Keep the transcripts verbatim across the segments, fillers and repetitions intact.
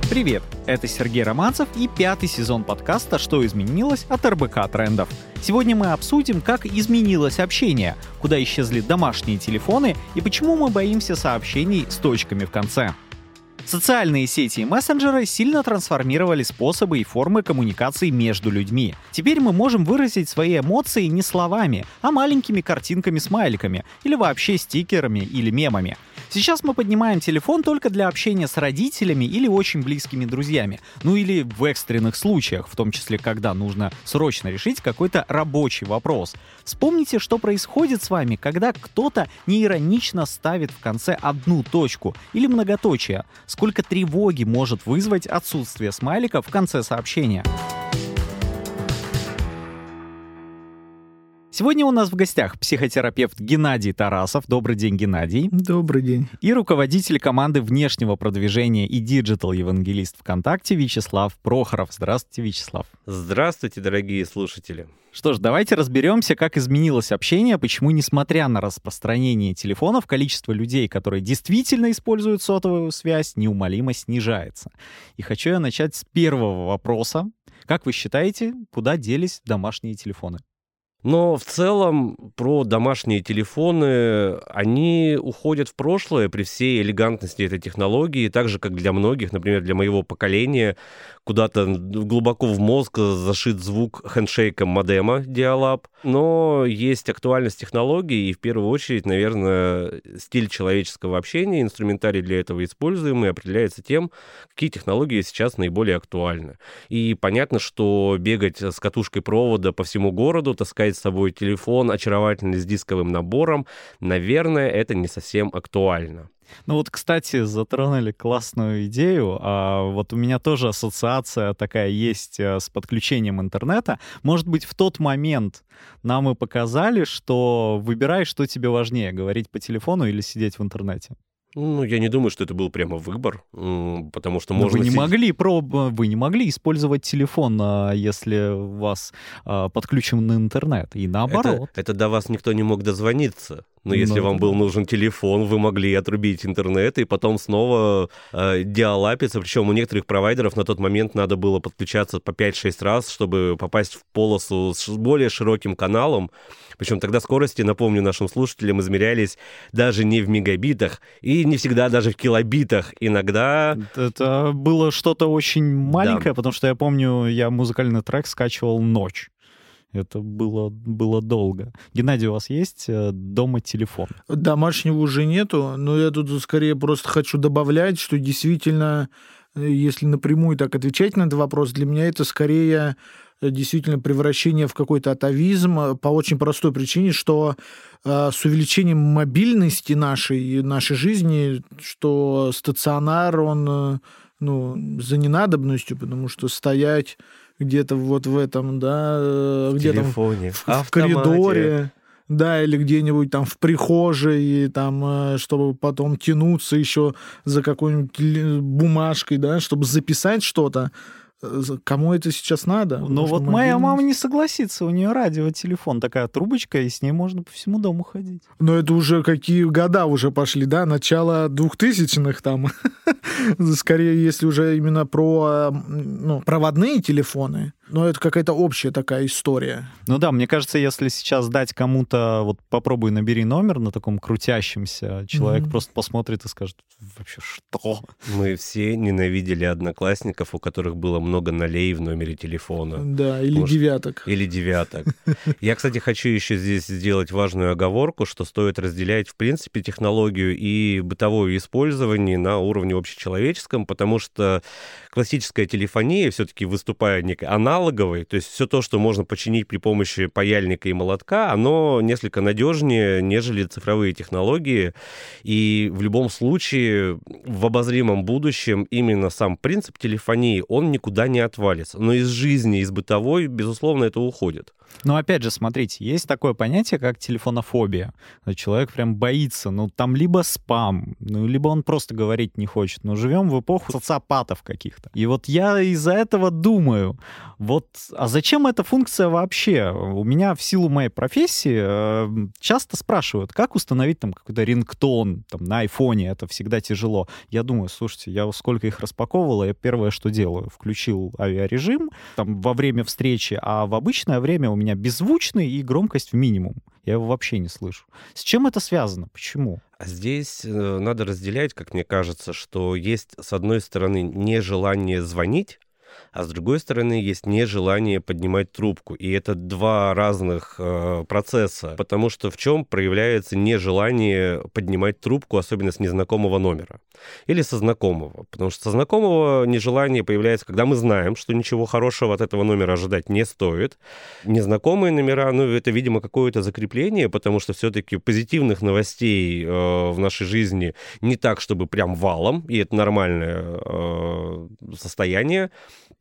Привет, это Сергей Романцев и пятый сезон подкаста «Что изменилось» от эр бэ ка Трендов. Сегодня мы обсудим, как изменилось общение, куда исчезли домашние телефоны и почему мы боимся сообщений с точками в конце. Социальные сети и мессенджеры сильно трансформировали способы и формы коммуникации между людьми. Теперь мы можем выразить свои эмоции не словами, а маленькими картинками-смайликами или вообще стикерами или мемами. Сейчас мы поднимаем телефон только для общения с родителями или очень близкими друзьями. Ну или в экстренных случаях, в том числе, когда нужно срочно решить какой-то рабочий вопрос. Вспомните, что происходит с вами, когда кто-то неиронично ставит в конце одну точку или многоточие. Сколько тревоги может вызвать отсутствие смайлика в конце сообщения. Сегодня у нас в гостях психотерапевт Геннадий Тарасов. Добрый день, Геннадий. Добрый день. И руководитель команды внешнего продвижения и диджитал-евангелист ВКонтакте Вячеслав Прохоров. Здравствуйте, Вячеслав. Здравствуйте, дорогие слушатели. Что ж, давайте разберемся, как изменилось общение, почему, несмотря на распространение телефонов, количество людей, которые действительно используют сотовую связь, неумолимо снижается. И хочу я начать с первого вопроса. Как вы считаете, куда делись домашние телефоны? Но в целом про домашние телефоны, они уходят в прошлое при всей элегантности этой технологии, так же, как для многих, например, для моего поколения, куда-то глубоко в мозг зашит звук хендшейка модема Dial-Up. Но есть актуальность технологий, и в первую очередь, наверное, стиль человеческого общения, инструментарий для этого используемый, определяется тем, какие технологии сейчас наиболее актуальны. И понятно, что бегать с катушкой провода по всему городу, таскать с собой телефон очаровательный с дисковым набором, наверное, это не совсем актуально. Ну вот, кстати, затронули классную идею. А вот у меня тоже ассоциация такая есть с подключением интернета. Может быть, в тот момент нам и показали, что выбирай, что тебе важнее, говорить по телефону или сидеть в интернете. Ну, я не думаю, что это был прямо выбор, потому что Но можно... Вы не, сидеть... могли, проб... вы не могли использовать телефон, если у вас подключен интернет, и наоборот. Это, это до вас никто не мог дозвониться. Но если ну, вам был нужен телефон, вы могли отрубить интернет и потом снова э, диалапиться. Причем у некоторых провайдеров на тот момент надо было подключаться по пять-шесть раз, чтобы попасть в полосу с более широким каналом. Причем тогда скорости, напомню нашим слушателям, измерялись даже не в мегабитах и не всегда даже в килобитах. Иногда... Это было что-то очень маленькое, да. Потому что я помню, я музыкальный трек скачивал ночь. Это было, было долго. Геннадий, у вас есть дома телефон? Домашнего уже нету, но я тут скорее просто хочу добавлять, что действительно, если напрямую так отвечать на этот вопрос, для меня это скорее действительно превращение в какой-то атовизм по очень простой причине, что с увеличением мобильности нашей, нашей жизни, что стационар, он ну, за ненадобностью, потому что стоять где-то вот в этом, да, где-то в, в, в коридоре, да, или где-нибудь там в прихожей, и там, чтобы потом тянуться еще за какой-нибудь бумажкой, да, чтобы записать что-то. Кому это сейчас надо? Ну вот моя мама не согласится, у нее радиотелефон, такая трубочка, и с ней можно по всему дому ходить. Но это уже какие года уже пошли, да, начало двухтысячных там. Скорее, если уже именно про ну, проводные телефоны, но это какая-то общая такая история. Ну да, мне кажется, если сейчас дать кому-то, вот попробуй набери номер на таком крутящемся, человек mm-hmm. просто посмотрит и скажет, вообще что? Мы все ненавидели одноклассников, у которых было много нолей в номере телефона. Да, или Может, девяток. Или девяток. Я, кстати, хочу еще здесь сделать важную оговорку, что стоит разделять, в принципе, технологию и бытовое использование на уровне общечеловеческом, потому что классическая телефония все-таки выступает некой аналоговой, то есть все то, что можно починить при помощи паяльника и молотка, оно несколько надежнее, нежели цифровые технологии. И в любом случае, в обозримом будущем именно сам принцип телефонии, он никуда не отвалится. Но из жизни, из бытовой, безусловно, это уходит. Но опять же, смотрите, есть такое понятие, как телефонофобия. Человек прям боится, ну там либо спам, ну либо он просто говорить не хочет. Но живем в эпоху социопатов каких-то. И вот я из-за этого думаю, Вот, а зачем эта функция вообще? У меня в силу моей профессии э, часто спрашивают, как установить там какой-то рингтон там, на айфоне, это всегда тяжело. Я думаю, слушайте, я сколько их распаковывал, я первое, что делаю, включил авиарежим там, во время встречи, а в обычное время у меня беззвучный и громкость в минимум. Я его вообще не слышу. С чем это связано? Почему? А здесь э, надо разделять, как мне кажется, что есть, с одной стороны, нежелание звонить, а с другой стороны, есть нежелание поднимать трубку. И это два разных э, процесса, потому что в чем проявляется нежелание поднимать трубку, особенно с незнакомого номера. Или со знакомого. Потому что со знакомого нежелание появляется, когда мы знаем, что ничего хорошего от этого номера ожидать не стоит. Незнакомые номера, ну, это, видимо, какое-то закрепление, потому что все-таки позитивных новостей э, в нашей жизни не так, чтобы прям валом, и это нормальное э, состояние.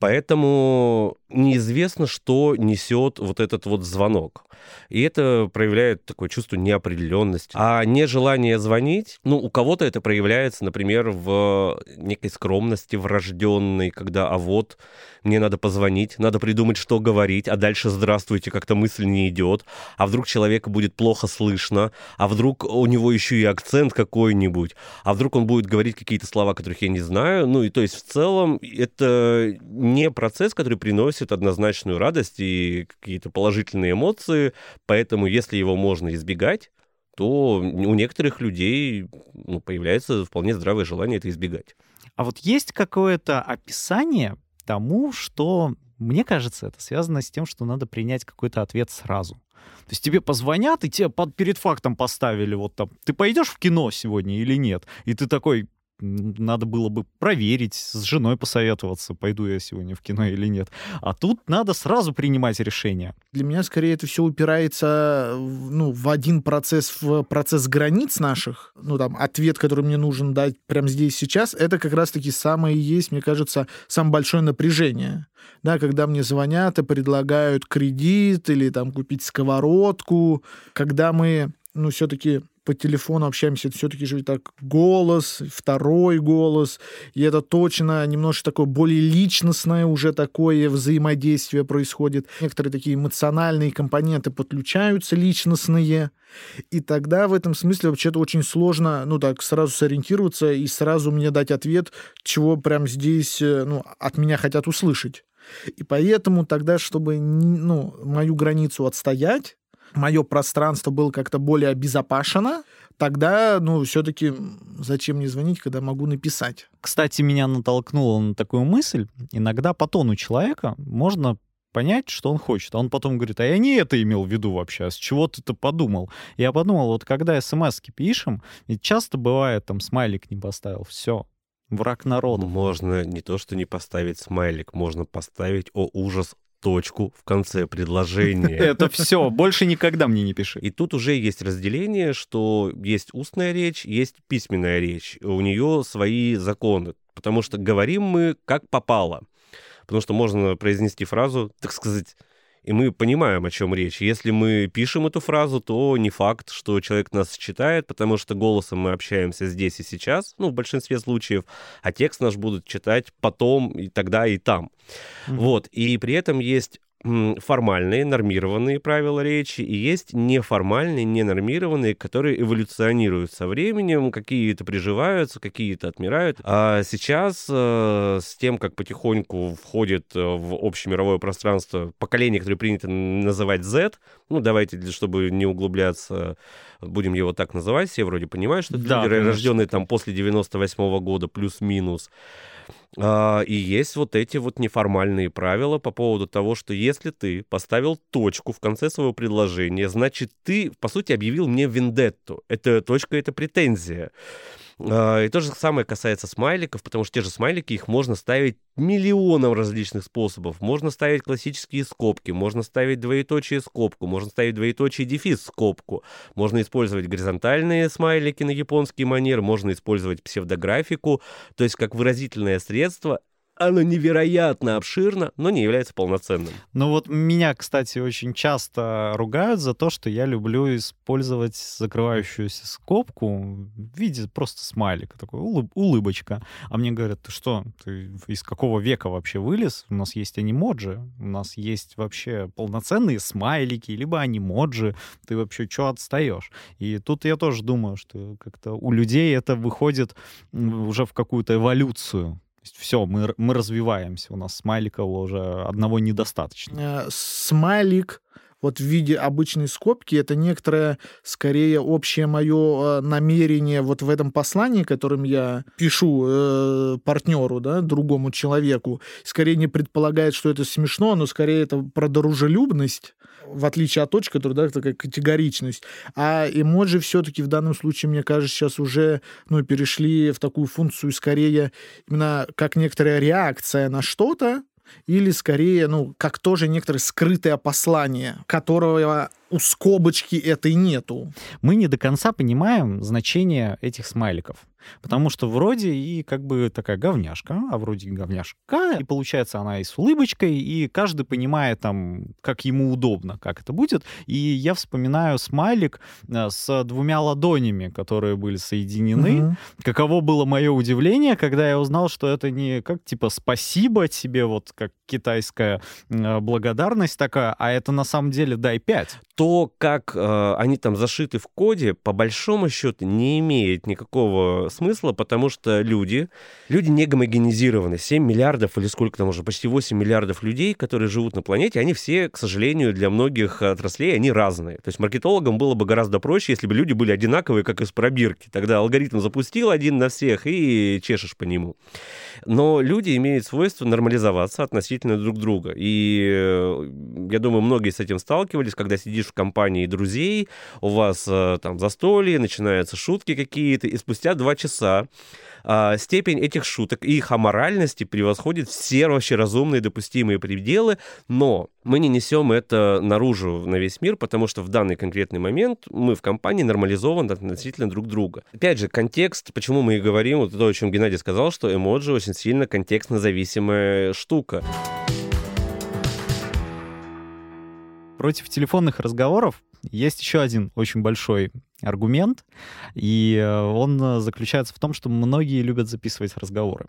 Поэтому неизвестно, что несет вот этот вот звонок. И это проявляет такое чувство неопределенности. А нежелание звонить, ну, у кого-то это проявляется, например, в некой скромности врожденной, когда, а вот, мне надо позвонить, надо придумать, что говорить, а дальше «здравствуйте», как-то мысль не идет, а вдруг человека будет плохо слышно, а вдруг у него еще и акцент какой-нибудь, а вдруг он будет говорить какие-то слова, которых я не знаю. Ну, и то есть в целом это не процесс, который приносит однозначную радость и какие-то положительные эмоции, поэтому если его можно избегать, то у некоторых людей ну, появляется вполне здравое желание это избегать. А вот есть какое-то описание тому, что, мне кажется, это связано с тем, что надо принять какой-то ответ сразу. То есть тебе позвонят, и тебе под, перед фактом поставили вот там, ты пойдешь в кино сегодня или нет? И ты такой, надо было бы проверить, с женой посоветоваться, пойду я сегодня в кино или нет. А тут надо сразу принимать решение. Для меня, скорее, это все упирается ну, в один процесс, в процесс границ наших. Ну, там, ответ, который мне нужен дать прямо здесь, сейчас, это как раз-таки самое и есть, мне кажется, самое большое напряжение. Да, когда мне звонят и предлагают кредит или там купить сковородку, когда мы, ну, все-таки по телефону общаемся, это все-таки же так голос, второй голос, и это точно немножко такое более личностное уже такое взаимодействие происходит. Некоторые такие эмоциональные компоненты подключаются, личностные, и тогда в этом смысле вообще-то очень сложно, ну так, сразу сориентироваться и сразу мне дать ответ, чего прям здесь, ну, от меня хотят услышать. И поэтому тогда, чтобы, ну, мою границу отстоять, мое пространство было как-то более обезопасено, тогда, ну, все-таки зачем мне звонить, когда могу написать? Кстати, меня натолкнуло на такую мысль. Иногда по тону человека можно понять, что он хочет. А он потом говорит, а я не это имел в виду вообще, а с чего ты-то подумал? Я подумал, вот когда смс-ки пишем, ведь часто бывает, там, смайлик не поставил, все. Враг народа. Можно не то, что не поставить смайлик, можно поставить «О, ужас!» точку в конце предложения. Это все, больше никогда мне не пиши. И тут уже есть разделение, что есть устная речь, есть письменная речь. У нее свои законы, потому что говорим мы как попало. Потому что можно произнести фразу, так сказать, и мы понимаем, о чем речь. Если мы пишем эту фразу, то не факт, что человек нас читает, потому что голосом мы общаемся здесь и сейчас, ну, в большинстве случаев, а текст наш будут читать потом, и тогда, и там. Mm-hmm. Вот, и при этом есть формальные, нормированные правила речи, и есть неформальные, ненормированные, которые эволюционируют со временем, какие-то приживаются, какие-то отмирают. А сейчас э, с тем, как потихоньку входит в общемировое пространство поколение, которое принято называть Z, ну, давайте, чтобы не углубляться, будем его так называть, все вроде понимают, что это да, люди, конечно. Рожденные там после девяносто восьмого года, плюс-минус. Uh, и есть вот эти вот неформальные правила по поводу того, что если ты поставил точку в конце своего предложения, значит, ты, по сути, объявил мне вендетту. Это точка, это претензия. Uh, и то же самое касается смайликов, потому что те же смайлики, их можно ставить миллионом различных способов. Можно ставить классические скобки, можно ставить двоеточие скобку, можно ставить двоеточие дефис скобку, можно использовать горизонтальные смайлики на японский манер, можно использовать псевдографику, то есть как выразительное средство Оно невероятно обширно, но не является полноценным. Ну вот меня, кстати, очень часто ругают за то, что я люблю использовать закрывающуюся скобку в виде просто смайлика, такой улыб- улыбочка. А мне говорят, ты что, ты из какого века вообще вылез? У нас есть анимоджи, у нас есть вообще полноценные смайлики, либо анимоджи. Ты вообще что отстаешь? И тут я тоже думаю, что как-то у людей это выходит уже в какую-то эволюцию. Все, мы, мы развиваемся, у нас смайлика уже одного недостаточно. Смайлик вот в виде обычной скобки — это некоторое, скорее, общее мое намерение вот в этом послании, которым я пишу э, партнеру, да, другому человеку. Скорее не предполагает, что это смешно, но скорее это про дружелюбность, в отличие от точки, которая, да, такая категоричность. А эмоджи все-таки в данном случае, мне кажется, сейчас уже, ну, перешли в такую функцию скорее именно как некоторая реакция на что-то, или скорее, ну, как тоже некоторое скрытое послание, которого у скобочки этой нету. Мы не до конца понимаем значение этих смайликов. Потому что вроде и как бы такая говняшка, а вроде и говняшка, и получается она и с улыбочкой, и каждый понимает там, как ему удобно, как это будет. И я вспоминаю смайлик с двумя ладонями, которые были соединены. Угу. Каково было мое удивление, когда я узнал, что это не как типа спасибо тебе, вот как китайская благодарность такая, а это на самом деле дай пять. То, как э, они там зашиты в коде, по большому счету не имеет никакого смысла, потому что люди, люди не гомогенизированы. семь миллиардов или сколько там уже, почти восемь миллиардов людей, которые живут на планете, они все, к сожалению, для многих отраслей, они разные. То есть маркетологам было бы гораздо проще, если бы люди были одинаковые, как из пробирки. Тогда алгоритм запустил один на всех и чешешь по нему. Но люди имеют свойство нормализоваться относительно друг друга. И я думаю, многие с этим сталкивались, когда сидишь в компании друзей, у вас там застолье, начинаются шутки какие-то, и спустя два часа а, степень этих шуток и их аморальности превосходит все вообще разумные допустимые пределы, но мы не несем это наружу на весь мир, потому что в данный конкретный момент мы в компании нормализованы относительно друг друга. Опять же, контекст, почему мы и говорим, вот то, о чем Геннадий сказал, что эмоджи очень сильно контекстно-зависимая штука. Против телефонных разговоров есть еще один очень большой аргумент, и он заключается в том, что многие любят записывать разговоры.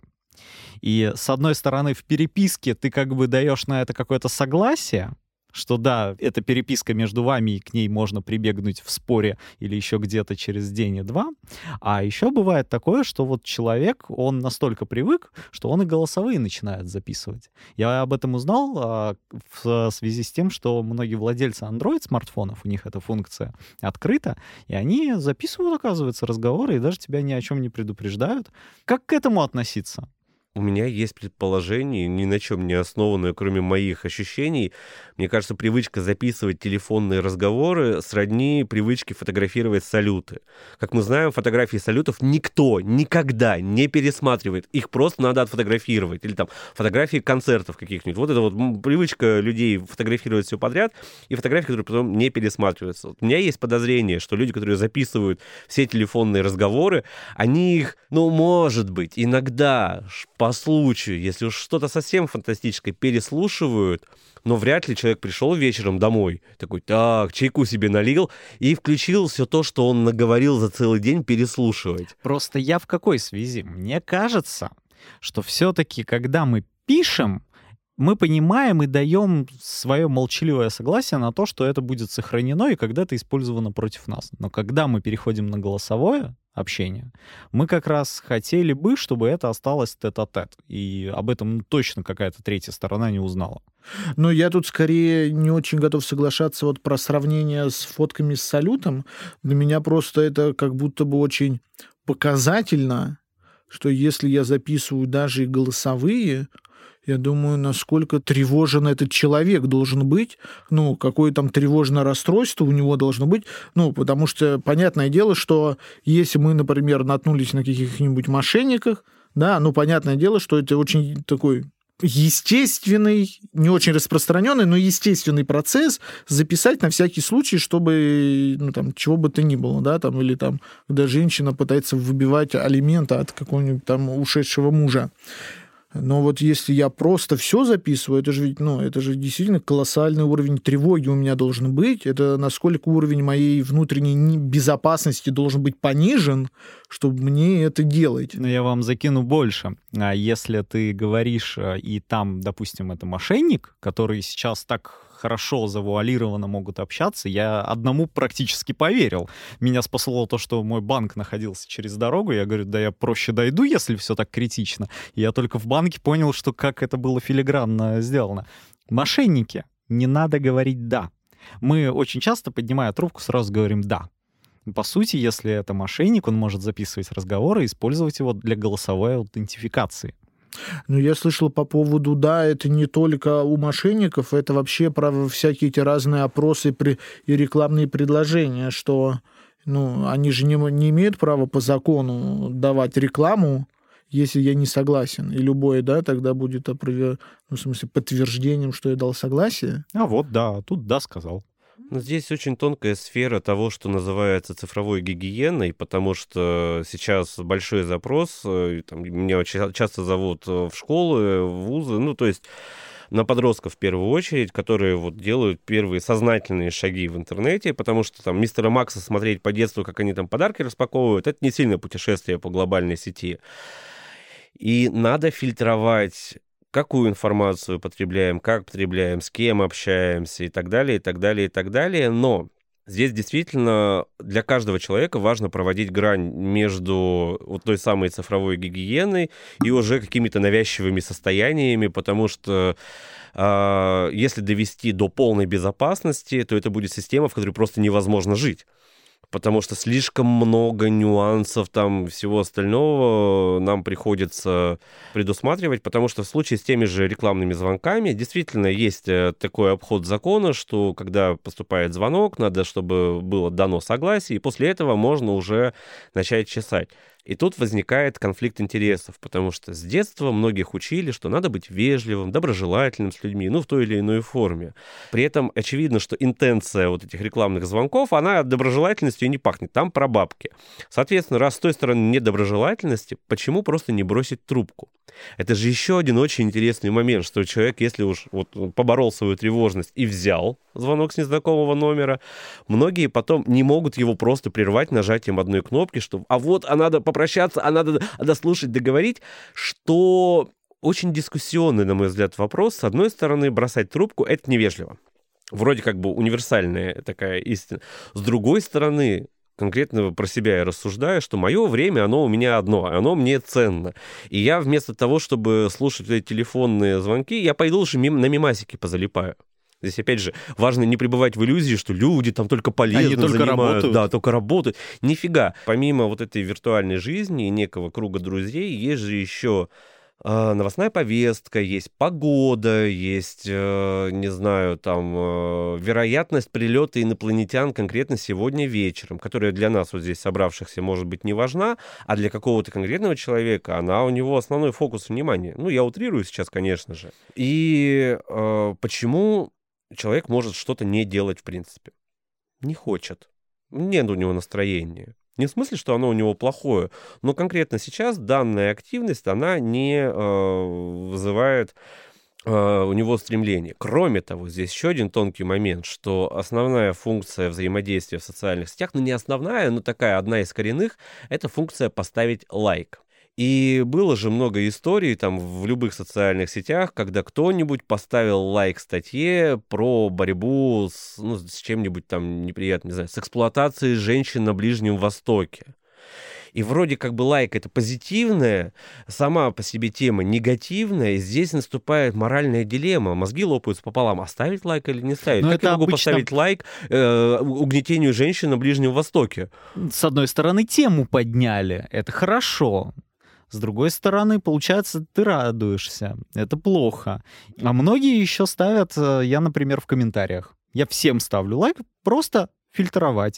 И, с одной стороны, в переписке ты как бы даешь на это какое-то согласие, что да, это переписка между вами, и к ней можно прибегнуть в споре или еще где-то через день и два. А еще бывает такое, что вот человек, он настолько привык, что он и голосовые начинает записывать. Я об этом узнал а, в связи с тем, что многие владельцы Android-смартфонов, у них эта функция открыта, и они записывают, оказывается, разговоры, и даже тебя ни о чем не предупреждают. Как к этому относиться? У меня есть предположение, ни на чем не основанное, кроме моих ощущений. Мне кажется, привычка записывать телефонные разговоры сродни привычке фотографировать салюты. Как мы знаем, фотографии салютов никто никогда не пересматривает. Их просто надо отфотографировать. Или там фотографии концертов каких-нибудь. Вот это вот привычка людей фотографировать все подряд, и фотографии, которые потом не пересматриваются. Вот у меня есть подозрение, что люди, которые записывают все телефонные разговоры, они их, ну, может быть, иногда по случаю, если уж что-то совсем фантастическое, переслушивают, но вряд ли человек пришел вечером домой, такой, так, чайку себе налил и включил все то, что он наговорил за целый день, переслушивать. Просто я в какой связи? Мне кажется, что все-таки, когда мы пишем, мы понимаем и даем свое молчаливое согласие на то, что это будет сохранено и когда-то использовано против нас. Но когда мы переходим на голосовое общение, мы как раз хотели бы, чтобы это осталось тет-а-тет. И об этом точно какая-то третья сторона не узнала. Но я тут скорее не очень готов соглашаться вот про сравнение с фотками с салютом. Для меня просто это как будто бы очень показательно, что если я записываю даже и голосовые, я думаю, насколько тревожен этот человек должен быть, ну, какое там тревожное расстройство у него должно быть, ну, потому что, понятное дело, что если мы, например, наткнулись на каких-нибудь мошенниках, да, ну, понятное дело, что это очень такой естественный, не очень распространенный, но естественный процесс записать на всякий случай, чтобы, ну, там, чего бы то ни было, да, там, или там, когда женщина пытается выбивать алименты от какого-нибудь там ушедшего мужа. Но вот если я просто все записываю, это же ведь, ну, это же действительно колоссальный уровень тревоги у меня должен быть. Это насколько уровень моей внутренней безопасности должен быть понижен, чтобы мне это делать. Но я вам закину больше. А если ты говоришь, и там, допустим, это мошенник, который сейчас так хорошо завуалированно могут общаться, я одному практически поверил. Меня спасло то, что мой банк находился через дорогу. Я говорю, да я проще дойду, если все так критично. И я только в банке понял, что как это было филигранно сделано. Мошенники, не надо говорить «да». Мы очень часто, поднимая трубку, сразу говорим «да». По сути, если это мошенник, он может записывать разговоры и использовать его для голосовой аутентификации. Ну, я слышал по поводу, да, это не только у мошенников, это вообще про всякие эти разные опросы и рекламные предложения, что, ну, они же не, не имеют права по закону давать рекламу, если я не согласен. И любое, да, тогда будет, опровер... ну, в смысле, подтверждением, что я дал согласие. А вот, да, тут да сказал. Но здесь очень тонкая сфера того, что называется цифровой гигиеной, потому что сейчас большой запрос, там, меня очень часто зовут в школы, в вузы, ну, то есть на подростков в первую очередь, которые вот делают первые сознательные шаги в интернете, потому что там мистера Макса смотреть по детству, как они там подарки распаковывают, это не сильное путешествие по глобальной сети. И надо фильтровать, какую информацию потребляем, как потребляем, с кем общаемся и так далее, и так далее, и так далее. Но здесь действительно для каждого человека важно проводить грань между вот той самой цифровой гигиеной и уже какими-то навязчивыми состояниями, потому что э, если довести до полной безопасности, то это будет система, в которой просто невозможно жить. Потому что слишком много нюансов, там, всего остального нам приходится предусматривать, потому что в случае с теми же рекламными звонками действительно есть такой обход закона, что когда поступает звонок, надо, чтобы было дано согласие, и после этого можно уже начать чесать. И тут возникает конфликт интересов, потому что с детства многих учили, что надо быть вежливым, доброжелательным с людьми, ну, в той или иной форме. При этом очевидно, что интенция вот этих рекламных звонков, она доброжелательностью не пахнет, там про бабки. Соответственно, раз с той стороны нет доброжелательности, почему просто не бросить трубку? Это же еще один очень интересный момент, что человек, если уж вот поборол свою тревожность и взял звонок с незнакомого номера, многие потом не могут его просто прервать нажатием одной кнопки, что а вот, а надо попрощаться, а надо дослушать, договорить, что очень дискуссионный, на мой взгляд, вопрос. С одной стороны, бросать трубку — это невежливо. Вроде как бы универсальная такая истина. С другой стороны, конкретно про себя я рассуждаю, что мое время, оно у меня одно, оно мне ценно. И я вместо того, чтобы слушать эти телефонные звонки, я пойду лучше мим- на мемасики позалипаю. Здесь, опять же, важно не пребывать в иллюзии, что люди там только полезно Они только занимают. работают. Да, только работают. Нифига. Помимо вот этой виртуальной жизни и некого круга друзей, есть же еще э, новостная повестка, есть погода, есть, э, не знаю, там, э, вероятность прилета инопланетян конкретно сегодня вечером, которая для нас вот здесь собравшихся может быть не важна, а для какого-то конкретного человека она у него основной фокус внимания. Ну, я утрирую сейчас, конечно же. И э, почему человек может что-то не делать в принципе? Не хочет. Нет у него настроения. Не в смысле, что оно у него плохое, но конкретно сейчас данная активность, она не э, вызывает э, у него стремление. Кроме того, здесь еще один тонкий момент, что основная функция взаимодействия в социальных сетях, ну не основная, но такая одна из коренных, это функция поставить лайк. И было же много историй там в любых социальных сетях, когда кто-нибудь поставил лайк статье про борьбу с, ну, с чем-нибудь там неприятным, не знаю, с эксплуатацией женщин на Ближнем Востоке. И вроде как бы лайк — это позитивная, сама по себе тема негативная, и здесь наступает моральная дилемма. Мозги лопаются пополам. Оставить лайк или не ставить? Но как я могу обычно... поставить лайк э, угнетению женщин на Ближнем Востоке? С одной стороны, тему подняли. Это хорошо. С другой стороны, получается, ты радуешься. Это плохо. А многие еще ставят, я, например, в комментариях. Я всем ставлю лайк, просто фильтровать.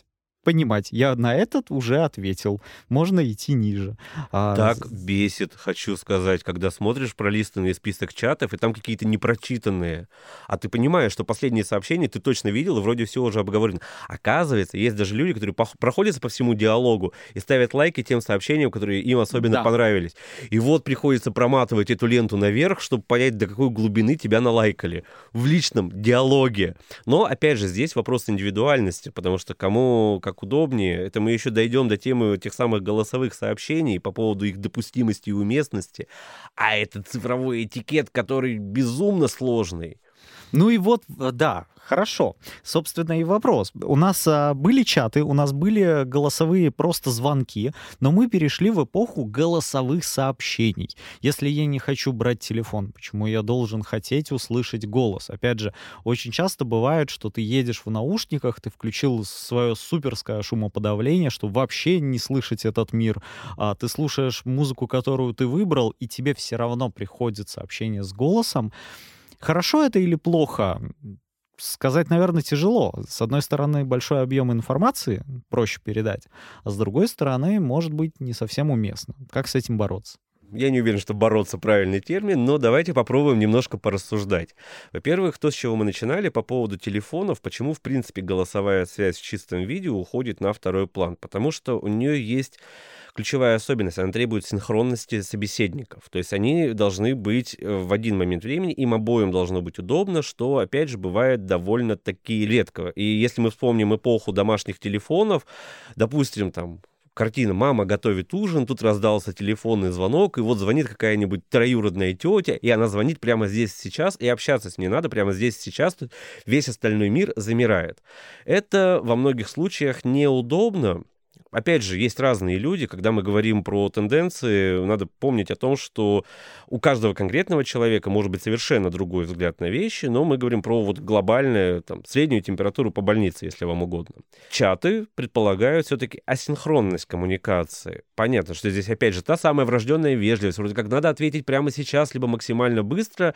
понимать, я на этот уже ответил, можно идти ниже. А, Так бесит, хочу сказать, когда смотришь пролистанный список чатов, и там какие-то непрочитанные, а ты понимаешь, что последние сообщения ты точно видел, и вроде все уже обговорено. Оказывается, есть даже люди, которые пох- проходятся по всему диалогу и ставят лайки тем сообщениям, которые им особенно Да. понравились. И вот приходится проматывать эту ленту наверх, чтобы понять, до какой глубины тебя налайкали в личном диалоге. Но, опять же, здесь вопрос индивидуальности, потому что кому как удобнее. Это мы еще дойдем до темы тех самых голосовых сообщений по поводу их допустимости и уместности. А это цифровой этикет, который безумно сложный. Ну и вот, да, хорошо. Собственно, и вопрос. У нас а, были чаты, у нас были голосовые просто звонки, но мы перешли в эпоху голосовых сообщений. Если я не хочу брать телефон, почему я должен хотеть услышать голос? Опять же, очень часто бывает, что ты едешь в наушниках, ты включил свое суперское шумоподавление, чтобы вообще не слышать этот мир. А ты слушаешь музыку, которую ты выбрал, и тебе все равно приходит сообщение с голосом. Хорошо это или плохо? Сказать, наверное, тяжело. С одной стороны, большой объем информации проще передать, а с другой стороны, может быть, не совсем уместно. Как с этим бороться? Я не уверен, что бороться правильный термин, но давайте попробуем немножко порассуждать. Во-первых, то, с чего мы начинали, по поводу телефонов, почему, в принципе, голосовая связь в чистом виде уходит на второй план. Потому что у нее есть ключевая особенность, она требует синхронности собеседников. То есть они должны быть в один момент времени, им обоим должно быть удобно, что, опять же, бывает довольно-таки редко. И если мы вспомним эпоху домашних телефонов, допустим, там, картина «Мама готовит ужин», тут раздался телефонный звонок, и вот звонит какая-нибудь троюродная тетя, и она звонит прямо здесь сейчас, и общаться с ней надо прямо здесь сейчас, весь остальной мир замирает. Это во многих случаях неудобно. Опять же, есть разные люди. Когда мы говорим про тенденции, надо помнить о том, что у каждого конкретного человека может быть совершенно другой взгляд на вещи, но мы говорим про вот глобальную, там, среднюю температуру по больнице, если вам угодно. Чаты предполагают все-таки асинхронность коммуникации. Понятно, что здесь, опять же, та самая врожденная вежливость. Вроде как надо ответить прямо сейчас, либо максимально быстро.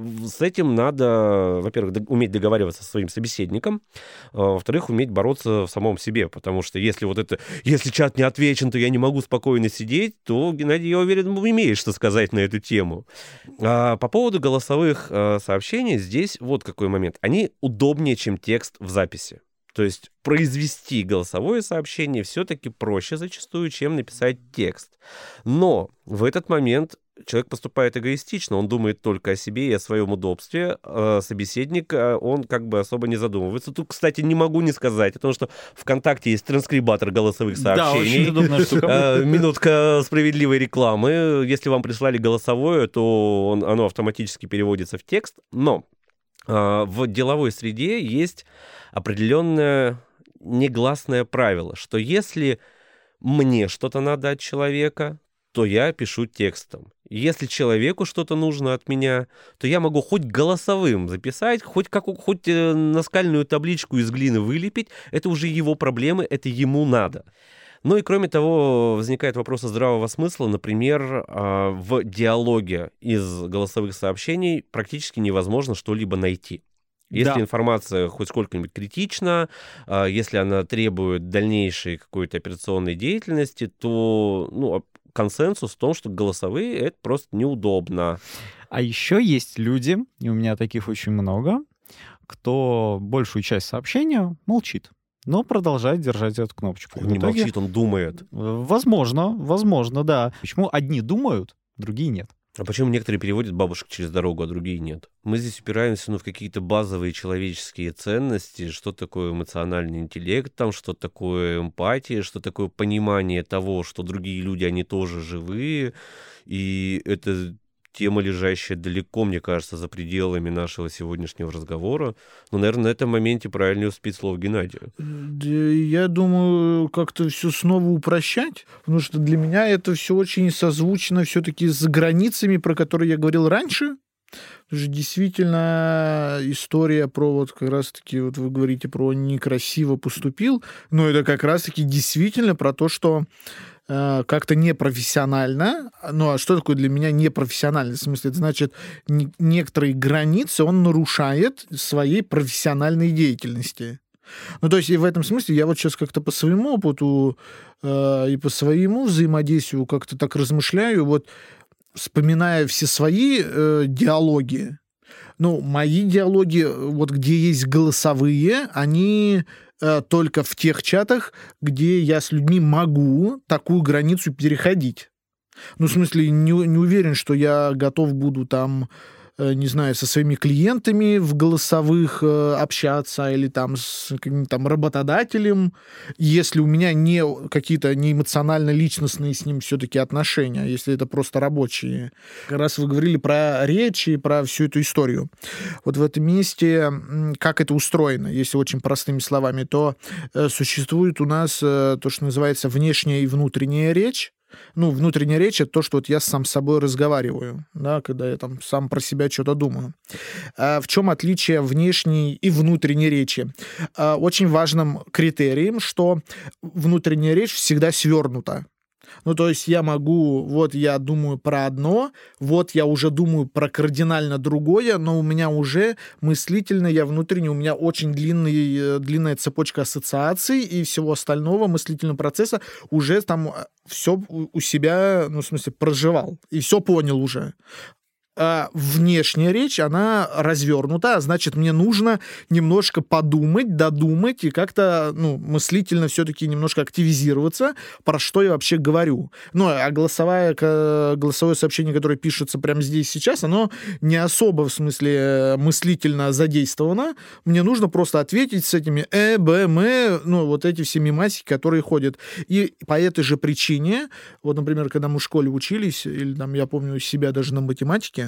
С этим надо, во-первых, уметь договариваться со своим собеседником, а во-вторых, уметь бороться в самом себе, потому что если вот это Если чат не отвечен, то я не могу спокойно сидеть, то, Геннадий, я уверен, имеешь что сказать на эту тему. А по поводу голосовых а, сообщений, здесь вот какой момент. Они удобнее, чем текст в записи. То есть произвести голосовое сообщение все-таки проще зачастую, чем написать текст. Но в этот момент человек поступает эгоистично, он думает только о себе и о своем удобстве, а собеседник, он как бы особо не задумывается. Тут, кстати, не могу не сказать, потому что ВКонтакте есть транскрибатор голосовых сообщений. Да, очень удобная штука. Минутка справедливой рекламы. Если вам прислали голосовое, то он, оно автоматически переводится в текст. Но в деловой среде есть определенное негласное правило, что если мне что-то надо от человека, то я пишу текстом. Если человеку что-то нужно от меня, то я могу хоть голосовым записать, хоть, как, хоть наскальную табличку из глины вылепить. Это уже его проблемы, это ему надо. Ну и кроме того, возникает вопрос здравого смысла. Например, в диалоге из голосовых сообщений практически невозможно что-либо найти. Если да. информация хоть сколько-нибудь критична, если она требует дальнейшей какой-то операционной деятельности, то ну, консенсус в том, что голосовые — это просто неудобно. А еще есть люди, и у меня таких очень много, кто большую часть сообщения молчит, но продолжает держать эту кнопочку. Он не итоге... молчит, он думает. Возможно, возможно, да. Почему одни думают, другие нет? А почему некоторые переводят бабушек через дорогу, а другие нет? Мы здесь упираемся ну, в какие-то базовые человеческие ценности, что такое эмоциональный интеллект, там, что такое эмпатия, что такое понимание того, что другие люди, они тоже живые, и это тема, лежащая далеко, мне кажется, за пределами нашего сегодняшнего разговора. Но, наверное, на этом моменте правильнее успеть слово Геннадию. Я думаю, как-то все снова упрощать, потому что для меня это все очень созвучно все-таки с границами, про которые я говорил раньше. Потому что действительно история про вот как раз-таки, вот вы говорите про некрасиво поступил, но это как раз-таки действительно про то, что как-то непрофессионально. Ну, а что такое для меня непрофессионально? В смысле, это значит, некоторые границы он нарушает своей профессиональной деятельности. Ну, то есть, и в этом смысле я вот сейчас как-то по своему опыту э, и по своему взаимодействию как-то так размышляю, вот вспоминая все свои э, диалоги. Ну, мои диалоги, вот где есть голосовые, они э, только в тех чатах, где я с людьми могу такую границу переходить. Ну, в смысле, не, не уверен, что я готов буду там, э, не знаю, со своими клиентами в голосовых э, общаться или там с каким-то там работодателем, если у меня не какие-то не эмоционально-личностные с ним все-таки отношения, если это просто рабочие. Как раз вы говорили про речи, про всю эту историю. Вот в этом месте, как это устроено, если очень простыми словами, то э, существует у нас э, то, что называется внешняя и внутренняя речь. Ну, внутренняя речь — это то, что вот я сам с собой разговариваю, да, когда я там сам про себя что-то думаю. А в чем отличие внешней и внутренней речи? А очень важным критерием, что внутренняя речь всегда свернута. Ну, то есть я могу, вот я думаю про одно, вот я уже думаю про кардинально другое, но у меня уже мыслительно, я внутренне, у меня очень длинный, длинная цепочка ассоциаций и всего остального мыслительного процесса уже там все у себя, ну, в смысле, проживал и все понял уже. А внешняя речь, она развернута, а значит, мне нужно немножко подумать, додумать и как-то, ну, мыслительно все-таки немножко активизироваться, про что я вообще говорю. Ну, а голосовое, голосовое сообщение, которое пишется прямо здесь сейчас, оно не особо, в смысле, мыслительно задействовано. Мне нужно просто ответить с этими э, б, м, ну, вот эти все мемасики, которые ходят. И по этой же причине, вот, например, когда мы в школе учились, или там, я помню себя даже на математике,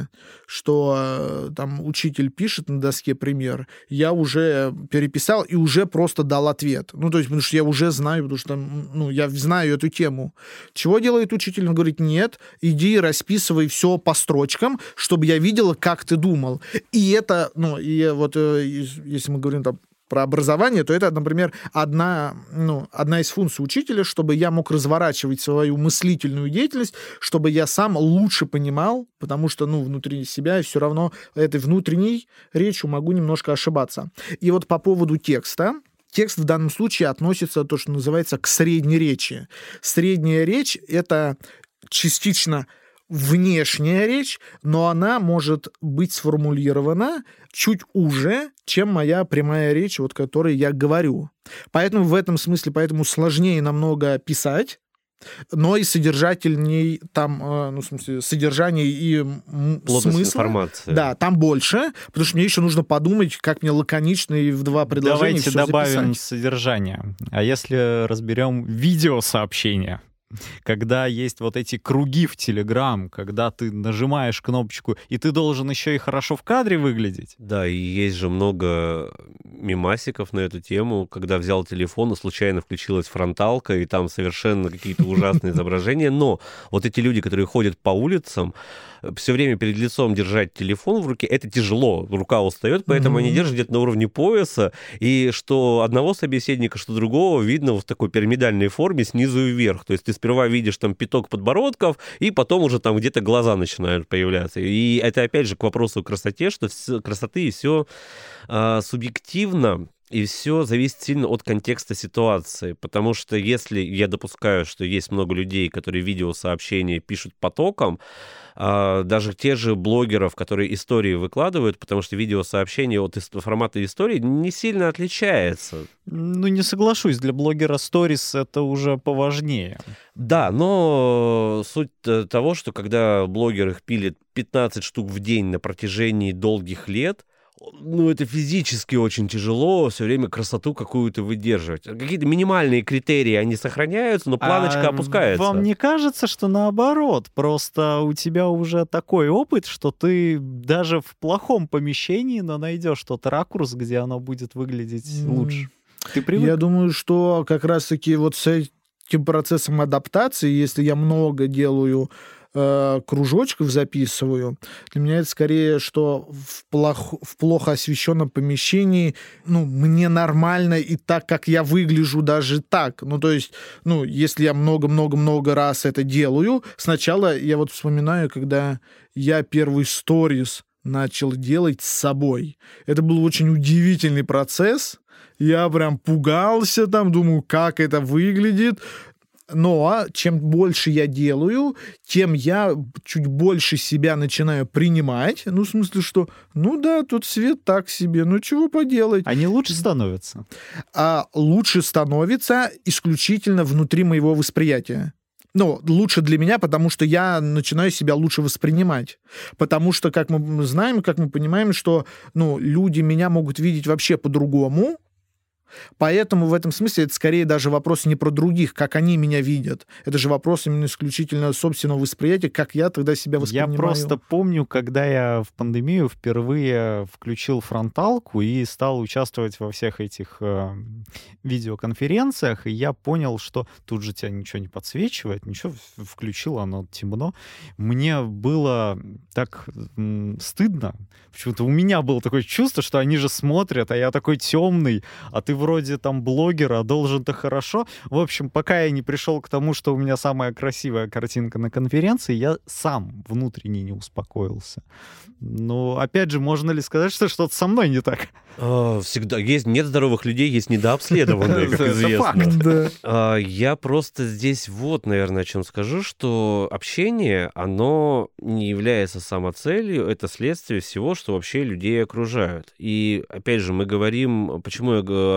что там учитель пишет на доске пример, я уже переписал и уже просто дал ответ. Ну, то есть, потому что я уже знаю, потому что, ну, я знаю эту тему. Чего делает учитель? Он говорит, нет, иди расписывай все по строчкам, чтобы я видела, как ты думал. И это, ну, и вот если мы говорим там про образование, то это, например, одна, ну, одна из функций учителя, чтобы я мог разворачивать свою мыслительную деятельность, чтобы я сам лучше понимал, потому что, ну, внутри себя все равно этой внутренней речью могу немножко ошибаться. И вот по поводу текста. Текст в данном случае относится то, что называется, к средней речи. Средняя речь — это частично внешняя речь, но она может быть сформулирована чуть уже, чем моя прямая речь, вот которой я говорю. Поэтому в этом смысле, поэтому сложнее намного писать, но и содержательней там, ну, в смысле, содержание и плотность смысла, информации. Да, там больше, потому что мне еще нужно подумать, как мне лаконично и в два предложения Давайте все добавим записать. Содержание. А если разберем видеосообщения? Когда есть вот эти круги в Telegram, когда ты нажимаешь кнопочку, и ты должен еще и хорошо в кадре выглядеть. Да, и есть же много мемасиков на эту тему, когда взял телефон и случайно включилась фронталка, и там совершенно какие-то ужасные изображения. Но вот эти люди, которые ходят по улицам, все время перед лицом держать телефон в руке, это тяжело, рука устает, поэтому mm-hmm. они держат где-то на уровне пояса, и что одного собеседника, что другого видно в такой пирамидальной форме снизу вверх. То есть ты сперва видишь там пяток подбородков, и потом уже там где-то глаза начинают появляться. И это опять же к вопросу о красоте, что все, красоты и все а, субъективно. И все зависит сильно от контекста ситуации, потому что если я допускаю, что есть много людей, которые видеосообщения пишут потоком, даже те же блогеров, которые истории выкладывают, потому что видеосообщение от формата истории не сильно отличается. Ну, не соглашусь, для блогера сторис это уже поважнее. Да, но суть того, что когда блогер их пилит пятнадцать штук в день на протяжении долгих лет, ну, это физически очень тяжело все время красоту какую-то выдерживать. Какие-то минимальные критерии, они сохраняются, но планочка а опускается. Вам не кажется, что наоборот? Просто у тебя уже такой опыт, что ты даже в плохом помещении, но найдешь тот ракурс, где оно будет выглядеть mm. лучше. Ты привык? Я думаю, что как раз-таки вот с этим процессом адаптации, если я много делаю кружочков записываю. Для меня это скорее, что в, плохо, в плохо освещенном помещении, ну, мне нормально и так, как я выгляжу, даже так. Ну, то есть, ну, если я много-много-много раз это делаю, сначала я вот вспоминаю, когда я первый сторис начал делать с собой. Это был очень удивительный процесс. Я прям пугался там, думаю, как это выглядит. Но чем больше я делаю, тем я чуть больше себя начинаю принимать. Ну, в смысле, что, ну да, тут свет так себе, ну чего поделать. Они лучше становятся? А лучше становится исключительно внутри моего восприятия. Ну, лучше для меня, потому что я начинаю себя лучше воспринимать. Потому что, как мы знаем, как мы понимаем, что ну, люди меня могут видеть вообще по-другому. Поэтому в этом смысле это скорее даже вопрос не про других, как они меня видят. Это же вопрос именно исключительно собственного восприятия, как я тогда себя воспринимаю. Я просто помню, когда я в пандемию впервые включил фронталку и стал участвовать во всех этих э, видеоконференциях, и я понял, что тут же тебя ничего не подсвечивает, ничего, включил, оно темно. Мне было так м, стыдно. Почему-то у меня было такое чувство, что они же смотрят, а я такой темный, а ты вроде там блогер, а должен-то хорошо. В общем, пока я не пришел к тому, что у меня самая красивая картинка на конференции, я сам внутренне не успокоился. Но, опять же, можно ли сказать, что что-то со мной не так? Всегда есть, нет здоровых людей, есть недообследованные, как известно. Я просто здесь вот, наверное, о чем скажу, что общение, оно не является самоцелью, это следствие всего, что вообще людей окружают. И, опять же, мы говорим, почему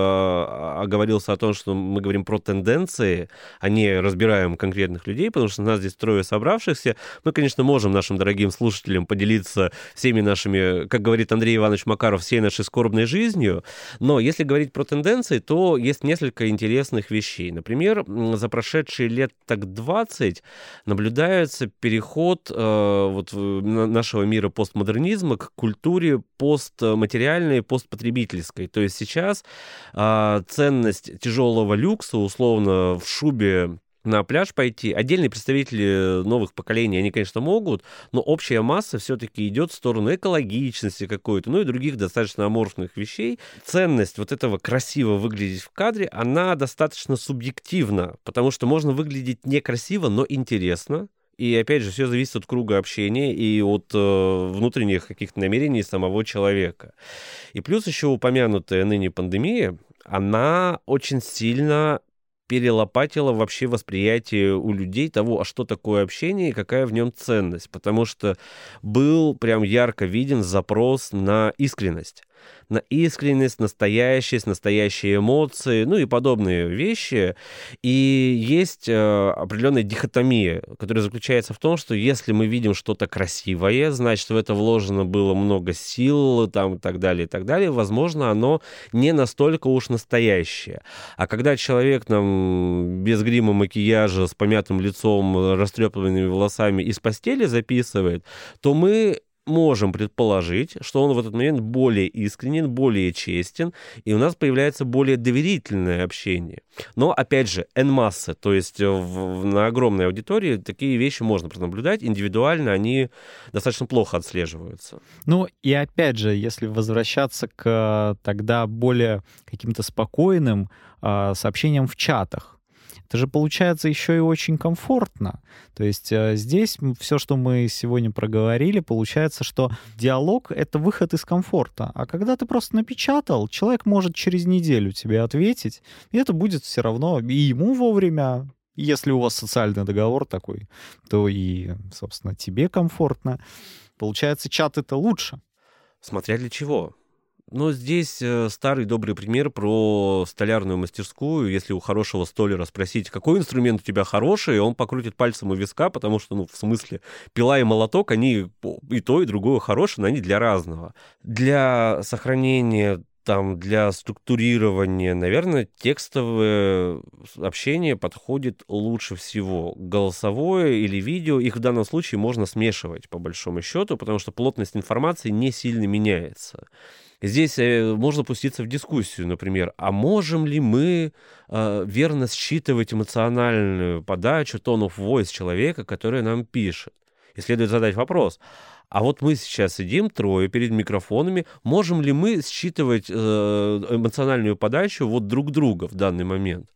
я оговорился о том, что мы говорим про тенденции, а не разбираем конкретных людей, потому что у нас здесь трое собравшихся. Мы, конечно, можем нашим дорогим слушателям поделиться всеми нашими, как говорит Андрей Иванович Макаров, всей нашей скорбной жизнью, но если говорить про тенденции, то есть несколько интересных вещей. Например, за прошедшие лет так двадцать наблюдается переход э, вот, нашего мира постмодернизма к культуре постматериальной, постпотребительской. То есть сейчас э, ценность тяжелого люкса, условно, в шубе на пляж пойти. Отдельные представители новых поколений, они, конечно, могут, но общая масса все-таки идет в сторону экологичности какой-то, ну и других достаточно аморфных вещей. Ценность вот этого красиво выглядеть в кадре, она достаточно субъективна, потому что можно выглядеть некрасиво, но интересно. И, опять же, все зависит от круга общения и от э, внутренних каких-то намерений самого человека. И плюс еще упомянутая ныне пандемия, она очень сильно перелопатило вообще восприятие у людей того, а что такое общение и какая в нем ценность. Потому что был прям ярко виден запрос на искренность. На искренность, настоящесть, настоящие эмоции, ну и подобные вещи. И есть э, определенная дихотомия, которая заключается в том, что если мы видим что-то красивое, значит, в это вложено было много сил, там, и так далее, и так далее, возможно, оно не настолько уж настоящее. А когда человек нам без грима, макияжа, с помятым лицом, растрепанными волосами из постели записывает, то мы можем предположить, что он в этот момент более искренен, более честен, и у нас появляется более доверительное общение. Но, опять же, en-масса, то есть в, на огромной аудитории такие вещи можно пронаблюдать, индивидуально они достаточно плохо отслеживаются. Ну, и опять же, если возвращаться к тогда более каким-то спокойным э, сообщениям в чатах, это же получается еще и очень комфортно. То есть э, здесь все, что мы сегодня проговорили, получается, что диалог — это выход из комфорта. А когда ты просто напечатал, человек может через неделю тебе ответить, и это будет все равно и ему вовремя. Если у вас социальный договор такой, то и, собственно, тебе комфортно. Получается, чат — это лучше. Смотря для чего. Но здесь старый добрый пример про столярную мастерскую. Если у хорошего столяра спросить, какой инструмент у тебя хороший, он покрутит пальцем у виска, потому что, ну, в смысле, пила и молоток, они и то, и другое хорошие, но они для разного. Для сохранения, там, для структурирования, наверное, текстовое общение подходит лучше всего. Голосовое или видео, их в данном случае можно смешивать, по большому счету, потому что плотность информации не сильно меняется. Здесь можно пуститься в дискуссию, например, а можем ли мы э, верно считывать эмоциональную подачу, tone of voice человека, который нам пишет? И следует задать вопрос, а вот мы сейчас сидим трое перед микрофонами, можем ли мы считывать э, эмоциональную подачу вот друг друга в данный момент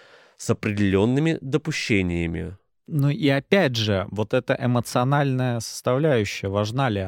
с определенными допущениями? Ну и опять же, вот эта эмоциональная составляющая, важна ли она?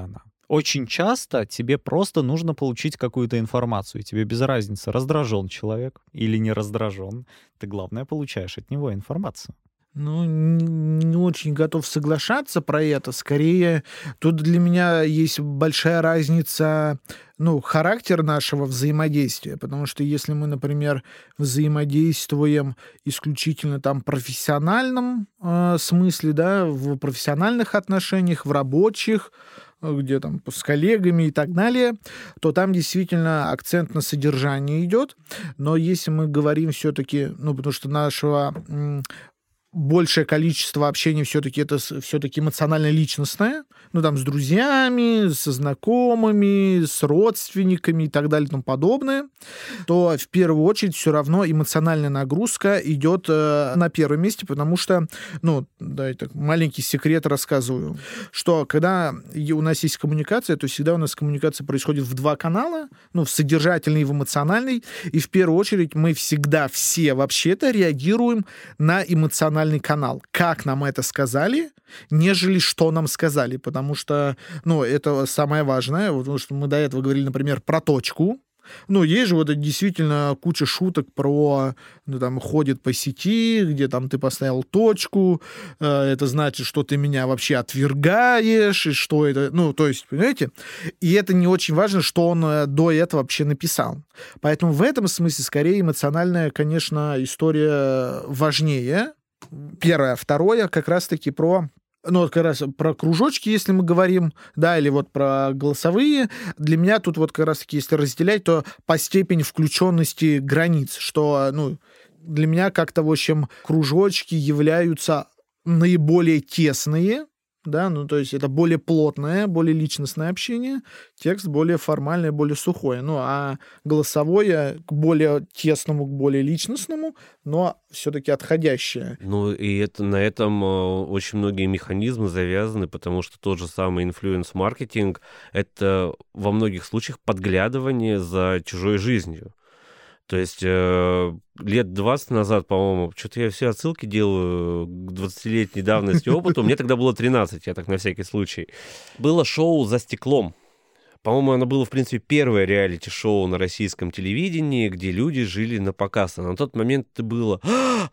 Очень часто тебе просто нужно получить какую-то информацию, и тебе без разницы, раздражен человек или не раздражен. Ты, главное, получаешь от него информацию. Ну, н- не очень готов соглашаться про это. Скорее, тут для меня есть большая разница, ну, характер нашего взаимодействия. Потому что если мы, например, взаимодействуем исключительно там профессиональном э, смысле, да, в профессиональных отношениях, в рабочих, э, где там с коллегами и так далее, то там действительно акцент на содержание идет. Но если мы говорим все-таки, ну, потому что нашего м, большее количество общения все-таки это все-таки эмоционально-личностное, ну, там, с друзьями, со знакомыми, с родственниками и так далее и тому подобное, то в первую очередь все равно эмоциональная нагрузка идет э, на первом месте, потому что, ну, да, это маленький секрет рассказываю, что когда у нас есть коммуникация, то всегда у нас коммуникация происходит в два канала, ну, в содержательный и в эмоциональный, и в первую очередь мы всегда все вообще-то реагируем на эмоциональный канал. Как нам это сказали, нежели что нам сказали, потому что, ну, это самое важное, потому что мы до этого говорили, например, про точку. Ну, есть же вот действительно куча шуток про, ну, там, ходит по сети, где там ты поставил точку, э, это значит, что ты меня вообще отвергаешь, и что это, ну, то есть, понимаете? И это не очень важно, что он э, до этого вообще написал. Поэтому в этом смысле скорее эмоциональная, конечно, история важнее. Первое. Второе, как раз-таки про... Ну, вот как раз про кружочки, если мы говорим, да, или вот про голосовые. Для меня тут вот как раз-таки, если разделять, то по степени включенности границ, что, ну, для меня как-то, в общем, кружочки являются наиболее тесные, да, ну, то есть это более плотное, более личностное общение, текст более формальное, более сухое, ну, а голосовое к более тесному, к более личностному, но все-таки отходящее. Ну, и это, на этом э, очень многие механизмы завязаны, потому что тот же самый инфлюенс-маркетинг — это во многих случаях подглядывание за чужой жизнью. То есть э, лет двадцать назад, по-моему, что-то я все отсылки делаю к двадцатилетней давности опыту. Мне тогда было тринадцать, я так на всякий случай. Было шоу «За стеклом». По-моему, оно было, в принципе, первое реалити-шоу на российском телевидении, где люди жили на показ. А на тот момент это было «А,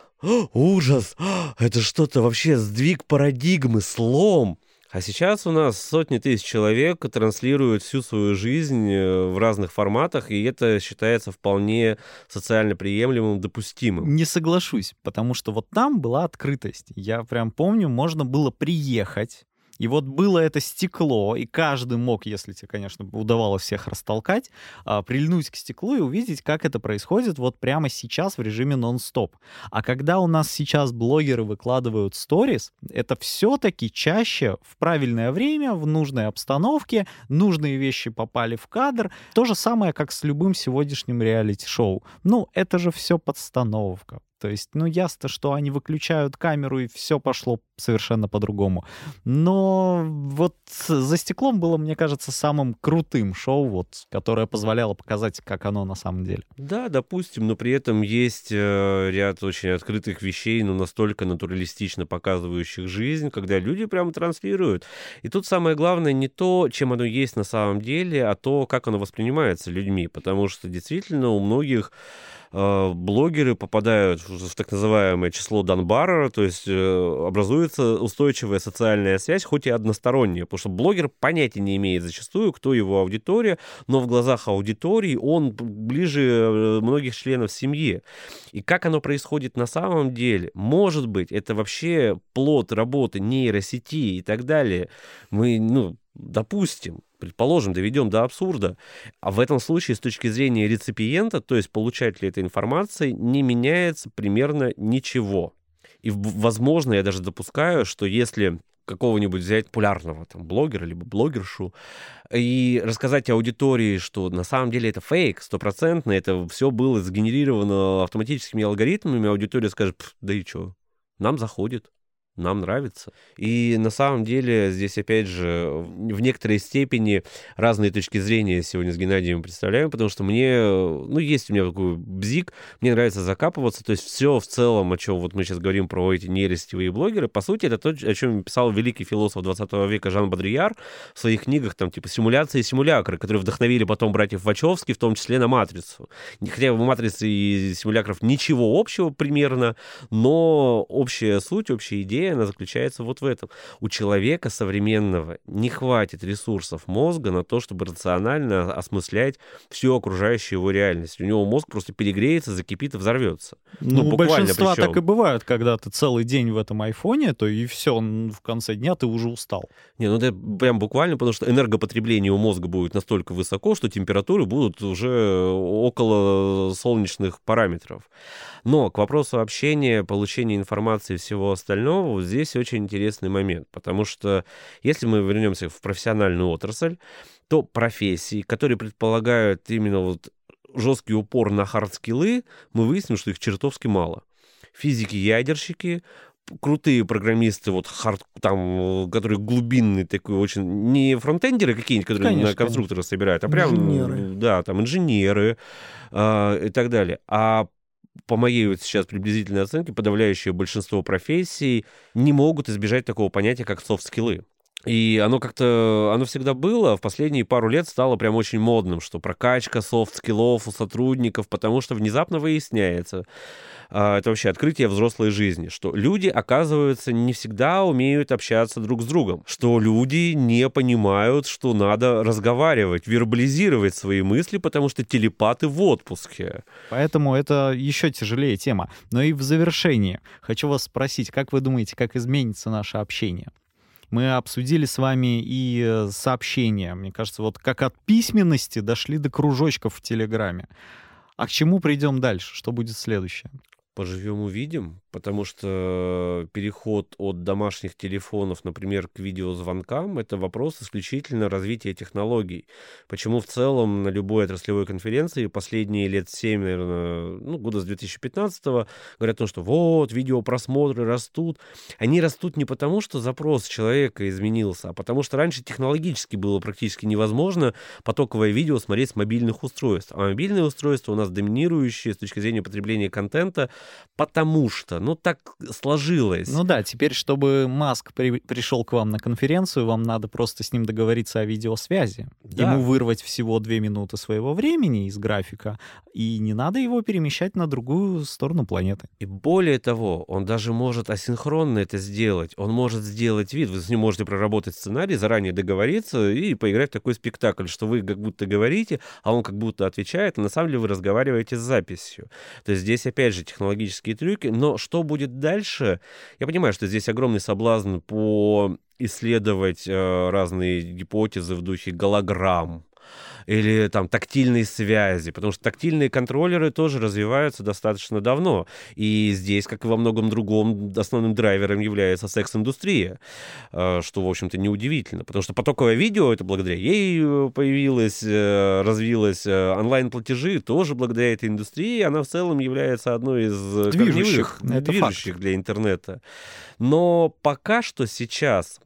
ужас! А, это что-то вообще сдвиг парадигмы, слом!» А сейчас у нас сотни тысяч человек транслируют всю свою жизнь в разных форматах, и это считается вполне социально приемлемым, допустимым. Не соглашусь, потому что вот там была открытость. Я прям помню, можно было приехать, и вот было это стекло, и каждый мог, если тебе, конечно, удавалось всех растолкать, прильнуть к стеклу и увидеть, как это происходит вот прямо сейчас в режиме нон-стоп. А когда у нас сейчас блогеры выкладывают сторис, это все-таки чаще в правильное время, в нужной обстановке, нужные вещи попали в кадр. То же самое, как с любым сегодняшним реалити-шоу. Ну, это же все подстановка. То есть, ну, ясно, что они выключают камеру, и все пошло совершенно по-другому. Но вот «За стеклом» было, мне кажется, самым крутым шоу, вот, которое позволяло показать, как оно на самом деле. Да, допустим, но при этом есть э, ряд очень открытых вещей, но настолько натуралистично показывающих жизнь, когда люди прямо транслируют. И тут самое главное не то, чем оно есть на самом деле, а то, как оно воспринимается людьми. Потому что действительно у многих блогеры попадают в так называемое число Данбара, то есть образуется устойчивая социальная связь, хоть и односторонняя, потому что блогер понятия не имеет зачастую, кто его аудитория, но в глазах аудитории он ближе многих членов семьи. И как оно происходит на самом деле? Может быть, это вообще плод работы нейросети и так далее. Мы, ну, допустим, предположим, доведем до абсурда, а в этом случае с точки зрения реципиента, то есть получателя этой информации, не меняется примерно ничего. И, возможно, я даже допускаю, что если какого-нибудь взять популярного там, блогера, либо блогершу, и рассказать аудитории, что на самом деле это фейк, стопроцентно, это все было сгенерировано автоматическими алгоритмами, аудитория скажет: да и что, нам заходит. нам нравится. И на самом деле здесь, опять же, в некоторой степени разные точки зрения сегодня с Геннадием представляем, потому что мне, ну, есть у меня такой бзик, мне нравится закапываться, то есть все в целом, о чем вот мы сейчас говорим про эти нейросетевые блогеры, по сути, это то, о чем писал великий философ двадцатого века Жан Бодрияр в своих книгах, там, типа «Симуляции и симулякры», которые вдохновили потом братьев Вачовски, в том числе на «Матрицу». Хотя в «Матрице» и «Симулякров» ничего общего примерно, но общая суть, общая идея, она заключается вот в этом. У человека современного не хватит ресурсов мозга на то, чтобы рационально осмыслять всю окружающую его реальность. У него мозг просто перегреется, закипит и взорвется. Ну, Ну, у буквально большинства причем. так и бывает, когда ты целый день в этом айфоне, то и все, в конце дня ты уже устал. Не, ну это прям буквально, потому что энергопотребление у мозга будет настолько высоко, что температуры будут уже около солнечных параметров. Но к вопросу общения, получения информации и всего остального, вот здесь очень интересный момент, потому что если мы вернемся в профессиональную отрасль, то профессии, которые предполагают именно вот жесткий упор на хардскиллы, мы выясним, что их чертовски мало. Физики-ядерщики, крутые программисты, вот хард, там, которые глубинные, такой очень, не фронтендеры какие-нибудь, которые Конечно, на конструкторы собирают, а прям, Инженеры. да, там инженеры э, и так далее. А по моей вот сейчас приблизительной оценке, подавляющее большинство профессий не могут избежать такого понятия, как софт-скиллы. И оно как-то, оно всегда было, а в последние пару лет стало прям очень модным, что прокачка софт-скиллов у сотрудников, потому что внезапно выясняется, это вообще открытие взрослой жизни, что люди, оказывается, не всегда умеют общаться друг с другом, что люди не понимают, что надо разговаривать, вербализировать свои мысли, потому что телепаты в отпуске. Поэтому это еще тяжелее тема. Но и в завершении хочу вас спросить, как вы думаете, как изменится наше общение? Мы обсудили с вами и сообщения. Мне кажется, вот как от письменности дошли до кружочков в Телеграме. А к чему придем дальше? Что будет следующее? Поживем, увидим, потому что переход от домашних телефонов, например, к видеозвонкам, это вопрос исключительно развития технологий. Почему в целом на любой отраслевой конференции последние лет семь, наверное, ну, года с две тысячи пятнадцатого говорят о том, что вот, видеопросмотры растут. Они растут не потому, что запрос человека изменился, а потому что раньше технологически было практически невозможно потоковое видео смотреть с мобильных устройств. А мобильные устройства у нас доминирующие с точки зрения потребления контента, потому что, ну, так сложилось. Ну да, теперь, чтобы Маск при, пришел к вам на конференцию, вам надо просто с ним договориться о видеосвязи. Да. Ему вырвать всего две минуты своего времени из графика, и не надо его перемещать на другую сторону планеты. И более того, он даже может асинхронно это сделать. Он может сделать вид, вы с ним можете проработать сценарий, заранее договориться и поиграть в такой спектакль, что вы как будто говорите, а он как будто отвечает, а на самом деле вы разговариваете с записью. То есть здесь, опять же, технологические трюки, но что будет дальше? Я понимаю, что здесь огромный соблазн по исследовать э, разные гипотезы в духе голограмм или там тактильной связи, потому что тактильные контроллеры тоже развиваются достаточно давно. И здесь, как и во многом другом, основным драйвером является секс-индустрия, что, в общем-то, неудивительно, потому что потоковое видео, это благодаря ей появилось, развилось, онлайн-платежи тоже благодаря этой индустрии, она в целом является одной из движущих, корневых, движущих для интернета. Но пока что сейчас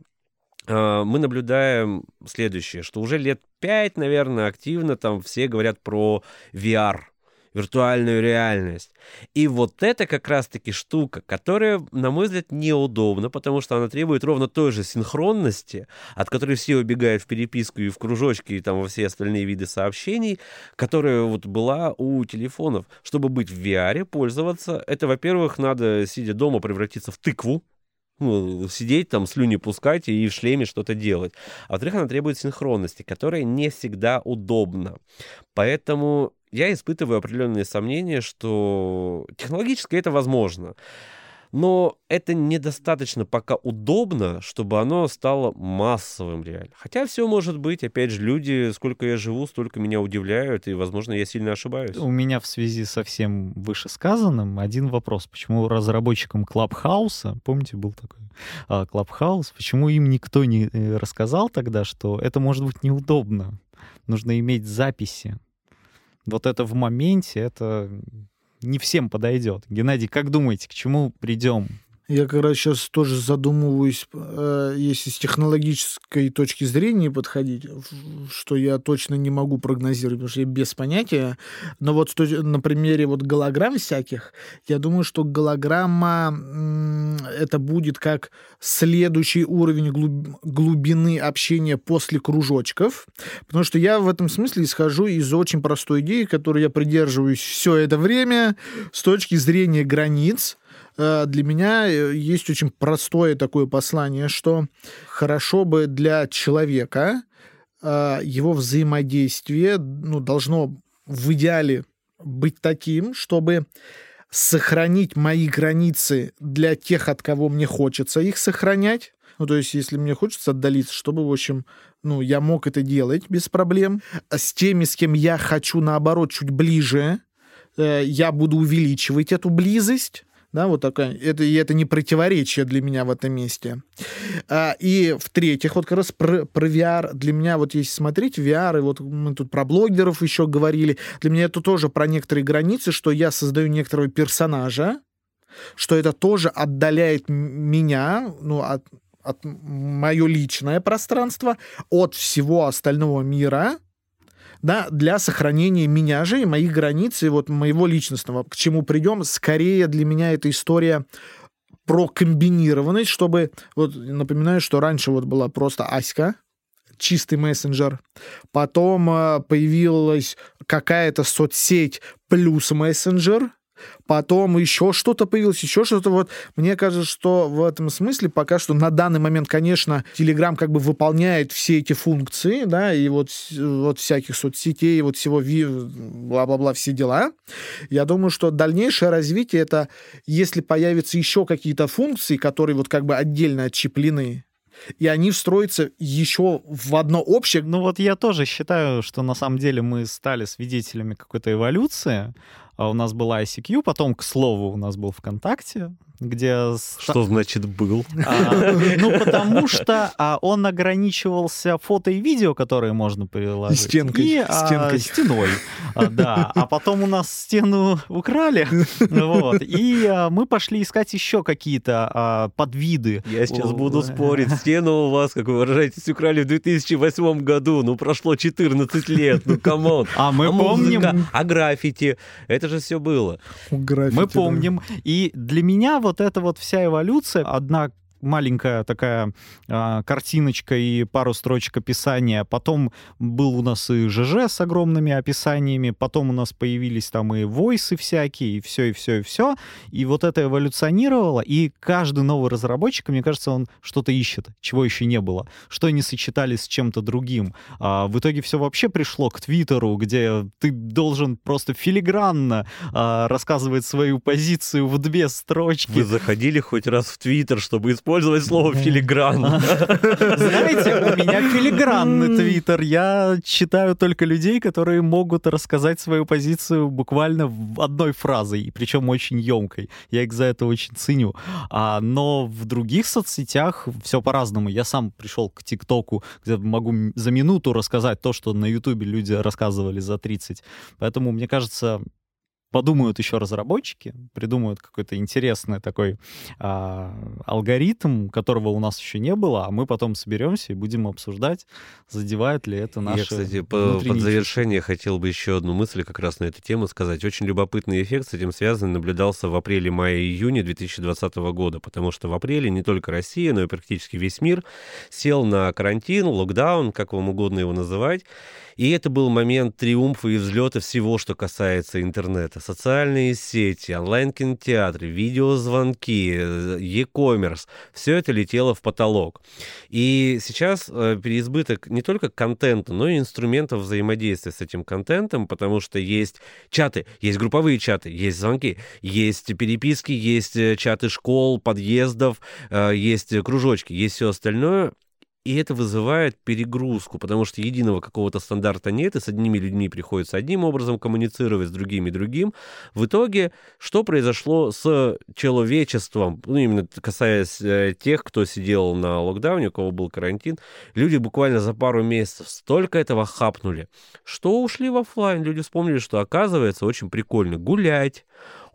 мы наблюдаем следующее, что уже лет пять, наверное, активно там все говорят про ви ар, виртуальную реальность. И вот это как раз-таки штука, которая, на мой взгляд, неудобна, потому что она требует ровно той же синхронности, от которой все убегают в переписку и в кружочки, и там во все остальные виды сообщений, которая вот была у телефонов. Чтобы быть в ви ар, пользоваться, это, во-первых, надо, сидя дома, превратиться в тыкву, ну, сидеть там, слюни пускать и в шлеме что-то делать. А во-вторых, она требует синхронности, которая не всегда удобна. Поэтому я испытываю определенные сомнения, что технологически это возможно. Но это недостаточно пока удобно, чтобы оно стало массовым реально. Хотя все может быть. Опять же, люди, сколько я живу, столько меня удивляют, и, возможно, я сильно ошибаюсь. У меня в связи со всем вышесказанным один вопрос. Почему разработчикам Клабхауса, помните, был такой Клабхаус, почему им никто не рассказал тогда, что это может быть неудобно? Нужно иметь записи. Вот это в моменте, это... не всем подойдет. Геннадий, как думаете, к чему придем? Я как раз сейчас тоже задумываюсь, э, если с технологической точки зрения подходить, что я точно не могу прогнозировать, потому что я без понятия. Но вот на примере вот голограмм всяких, я думаю, что голограмма м, это будет как следующий уровень глуб, глубины общения после кружочков, потому что я в этом смысле исхожу из очень простой идеи, которой я придерживаюсь все это время с точки зрения границ. Для меня есть очень простое такое послание, что хорошо бы для человека его взаимодействие ну, должно в идеале быть таким, чтобы сохранить мои границы для тех, от кого мне хочется их сохранять. Ну, то есть, если мне хочется отдалиться, чтобы, в общем, ну, я мог это делать без проблем. С теми, с кем я хочу, наоборот, чуть ближе, я буду увеличивать эту близость. Да, вот такая. Это, и это не противоречие для меня в этом месте. А, и в-третьих, вот как раз про, про ви ар. Для меня, вот если смотреть ви ар, и вот мы тут про блогеров еще говорили, для меня это тоже про некоторые границы, что я создаю некоторого персонажа, что это тоже отдаляет меня, ну, от, от мое личное пространство от всего остального мира, да, для сохранения меня же и моих границ, и вот моего личностного. К чему придем? Скорее для меня эта история про комбинированность, чтобы... Вот напоминаю, что раньше вот была просто Аська, чистый мессенджер. Потом э, появилась какая-то соцсеть плюс мессенджер. Потом еще что-то появилось, еще что-то. Вот мне кажется, что в этом смысле пока что на данный момент, конечно, Telegram как бы выполняет все эти функции, да, и вот, вот всяких соцсетей, вот всего бла-бла-бла, все дела. Я думаю, что дальнейшее развитие — это если появятся еще какие-то функции, которые вот как бы отдельно отщеплены, и они встроятся еще в одно общее. Ну вот я тоже считаю, что на самом деле мы стали свидетелями какой-то эволюции. У нас был ай си кью, потом, к слову, у нас был ВКонтакте, где... Что значит «был»? А, ну, потому что а, он ограничивался фото и видео, которые можно приложить. И стенкой. И а, стенкой. стеной. А, да. А потом у нас стену украли. Вот. И а, мы пошли искать еще какие-то а, подвиды. Я сейчас буду спорить. Стену у вас, как вы выражаетесь, украли в две тысячи восьмом году. Ну, прошло четырнадцать лет. Ну, камон. А мы а помним... Музыка, а граффити. Это же все было. Граффити, мы помним. Да. И для меня вот эта вот вся эволюция, одна маленькая такая а, картиночка и пару строчек описания. Потом был у нас и ЖЖ с огромными описаниями. Потом у нас появились там и войсы всякие, и все, и все, и все. И вот это эволюционировало. И каждый новый разработчик, мне кажется, он что-то ищет, чего еще не было. Что они сочетали с чем-то другим. А, в итоге все вообще пришло к Твиттеру, где ты должен просто филигранно а, рассказывать свою позицию в две строчки. Вы заходили хоть раз в Твиттер, чтобы использовать использовать слово «филигран». Знаете, у меня филигранный твиттер. Я читаю только людей, которые могут рассказать свою позицию буквально одной фразой, и причем очень емкой. Я их за это очень ценю. А, но в других соцсетях все по-разному. Я сам пришел к ТикТоку, где могу за минуту рассказать то, что на Ютубе люди рассказывали за тридцать. Поэтому, мне кажется... Подумают еще разработчики, придумают какой-то интересный такой а, алгоритм, которого у нас еще не было, а мы потом соберемся и будем обсуждать, задевает ли это наши... Я, кстати, по, под завершение хотел бы еще одну мысль как раз на эту тему сказать. Очень любопытный эффект с этим связан наблюдался в апреле, мае и июне две тысячи двадцатого года, потому что в апреле не только Россия, но и практически весь мир сел на карантин, локдаун, как вам угодно его называть. И это был момент триумфа и взлета всего, что касается интернета. Социальные сети, онлайн-кинотеатры, видеозвонки, e-commerce. Все это летело в потолок. И сейчас переизбыток не только контента, но и инструментов взаимодействия с этим контентом, потому что есть чаты, есть групповые чаты, есть звонки, есть переписки, есть чаты школ, подъездов, есть кружочки, есть все остальное. И это вызывает перегрузку, потому что единого какого-то стандарта нет, и с одними людьми приходится одним образом коммуницировать, с другими другим. В итоге, что произошло с человечеством, ну, именно касаясь э, тех, кто сидел на локдауне, у кого был карантин, люди буквально за пару месяцев столько этого хапнули, что ушли в офлайн. Люди вспомнили, что, оказывается, очень прикольно гулять,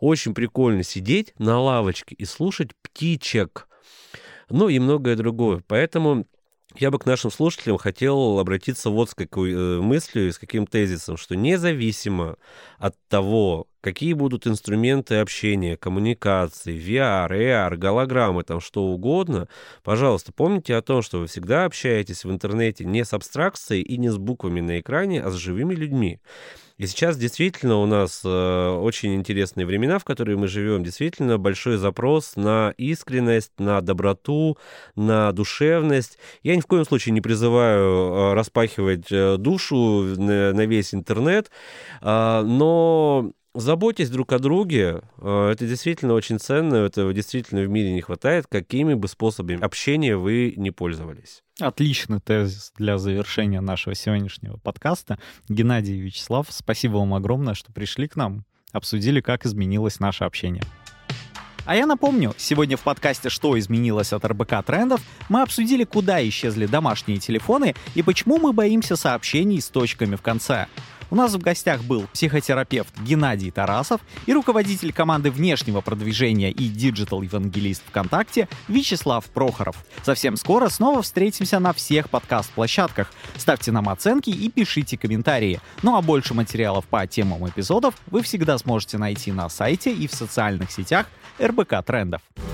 очень прикольно сидеть на лавочке и слушать птичек, ну и многое другое. Поэтому я бы к нашим слушателям хотел обратиться вот с какой мыслью, с каким тезисом, что независимо от того, какие будут инструменты общения, коммуникации, ви ар, эй ар, голограммы, там что угодно, пожалуйста, помните о том, что вы всегда общаетесь в интернете не с абстракцией и не с буквами на экране, а с живыми людьми. И сейчас действительно у нас э, очень интересные времена, в которые мы живем. Действительно большой запрос на искренность, на доброту, на душевность. Я ни в коем случае не призываю э, распахивать э, душу на, на весь интернет, э, но заботьтесь друг о друге. Э, это действительно очень ценно, этого действительно в мире не хватает, какими бы способами общения вы не пользовались. Отличный тезис для завершения нашего сегодняшнего подкаста. Геннадий и Вячеслав, спасибо вам огромное, что пришли к нам, обсудили, как изменилось наше общение. А я напомню, сегодня в подкасте «Что изменилось от эр бэ ка трендов» мы обсудили, куда исчезли домашние телефоны и почему мы боимся сообщений с точками в конце. У нас в гостях был психотерапевт Геннадий Тарасов и руководитель команды внешнего продвижения и диджитал-евангелист ВКонтакте Вячеслав Прохоров. Совсем скоро снова встретимся на всех подкаст-площадках. Ставьте нам оценки и пишите комментарии. Ну а больше материалов по темам эпизодов вы всегда сможете найти на сайте и в социальных сетях эр бэ ка Трендов.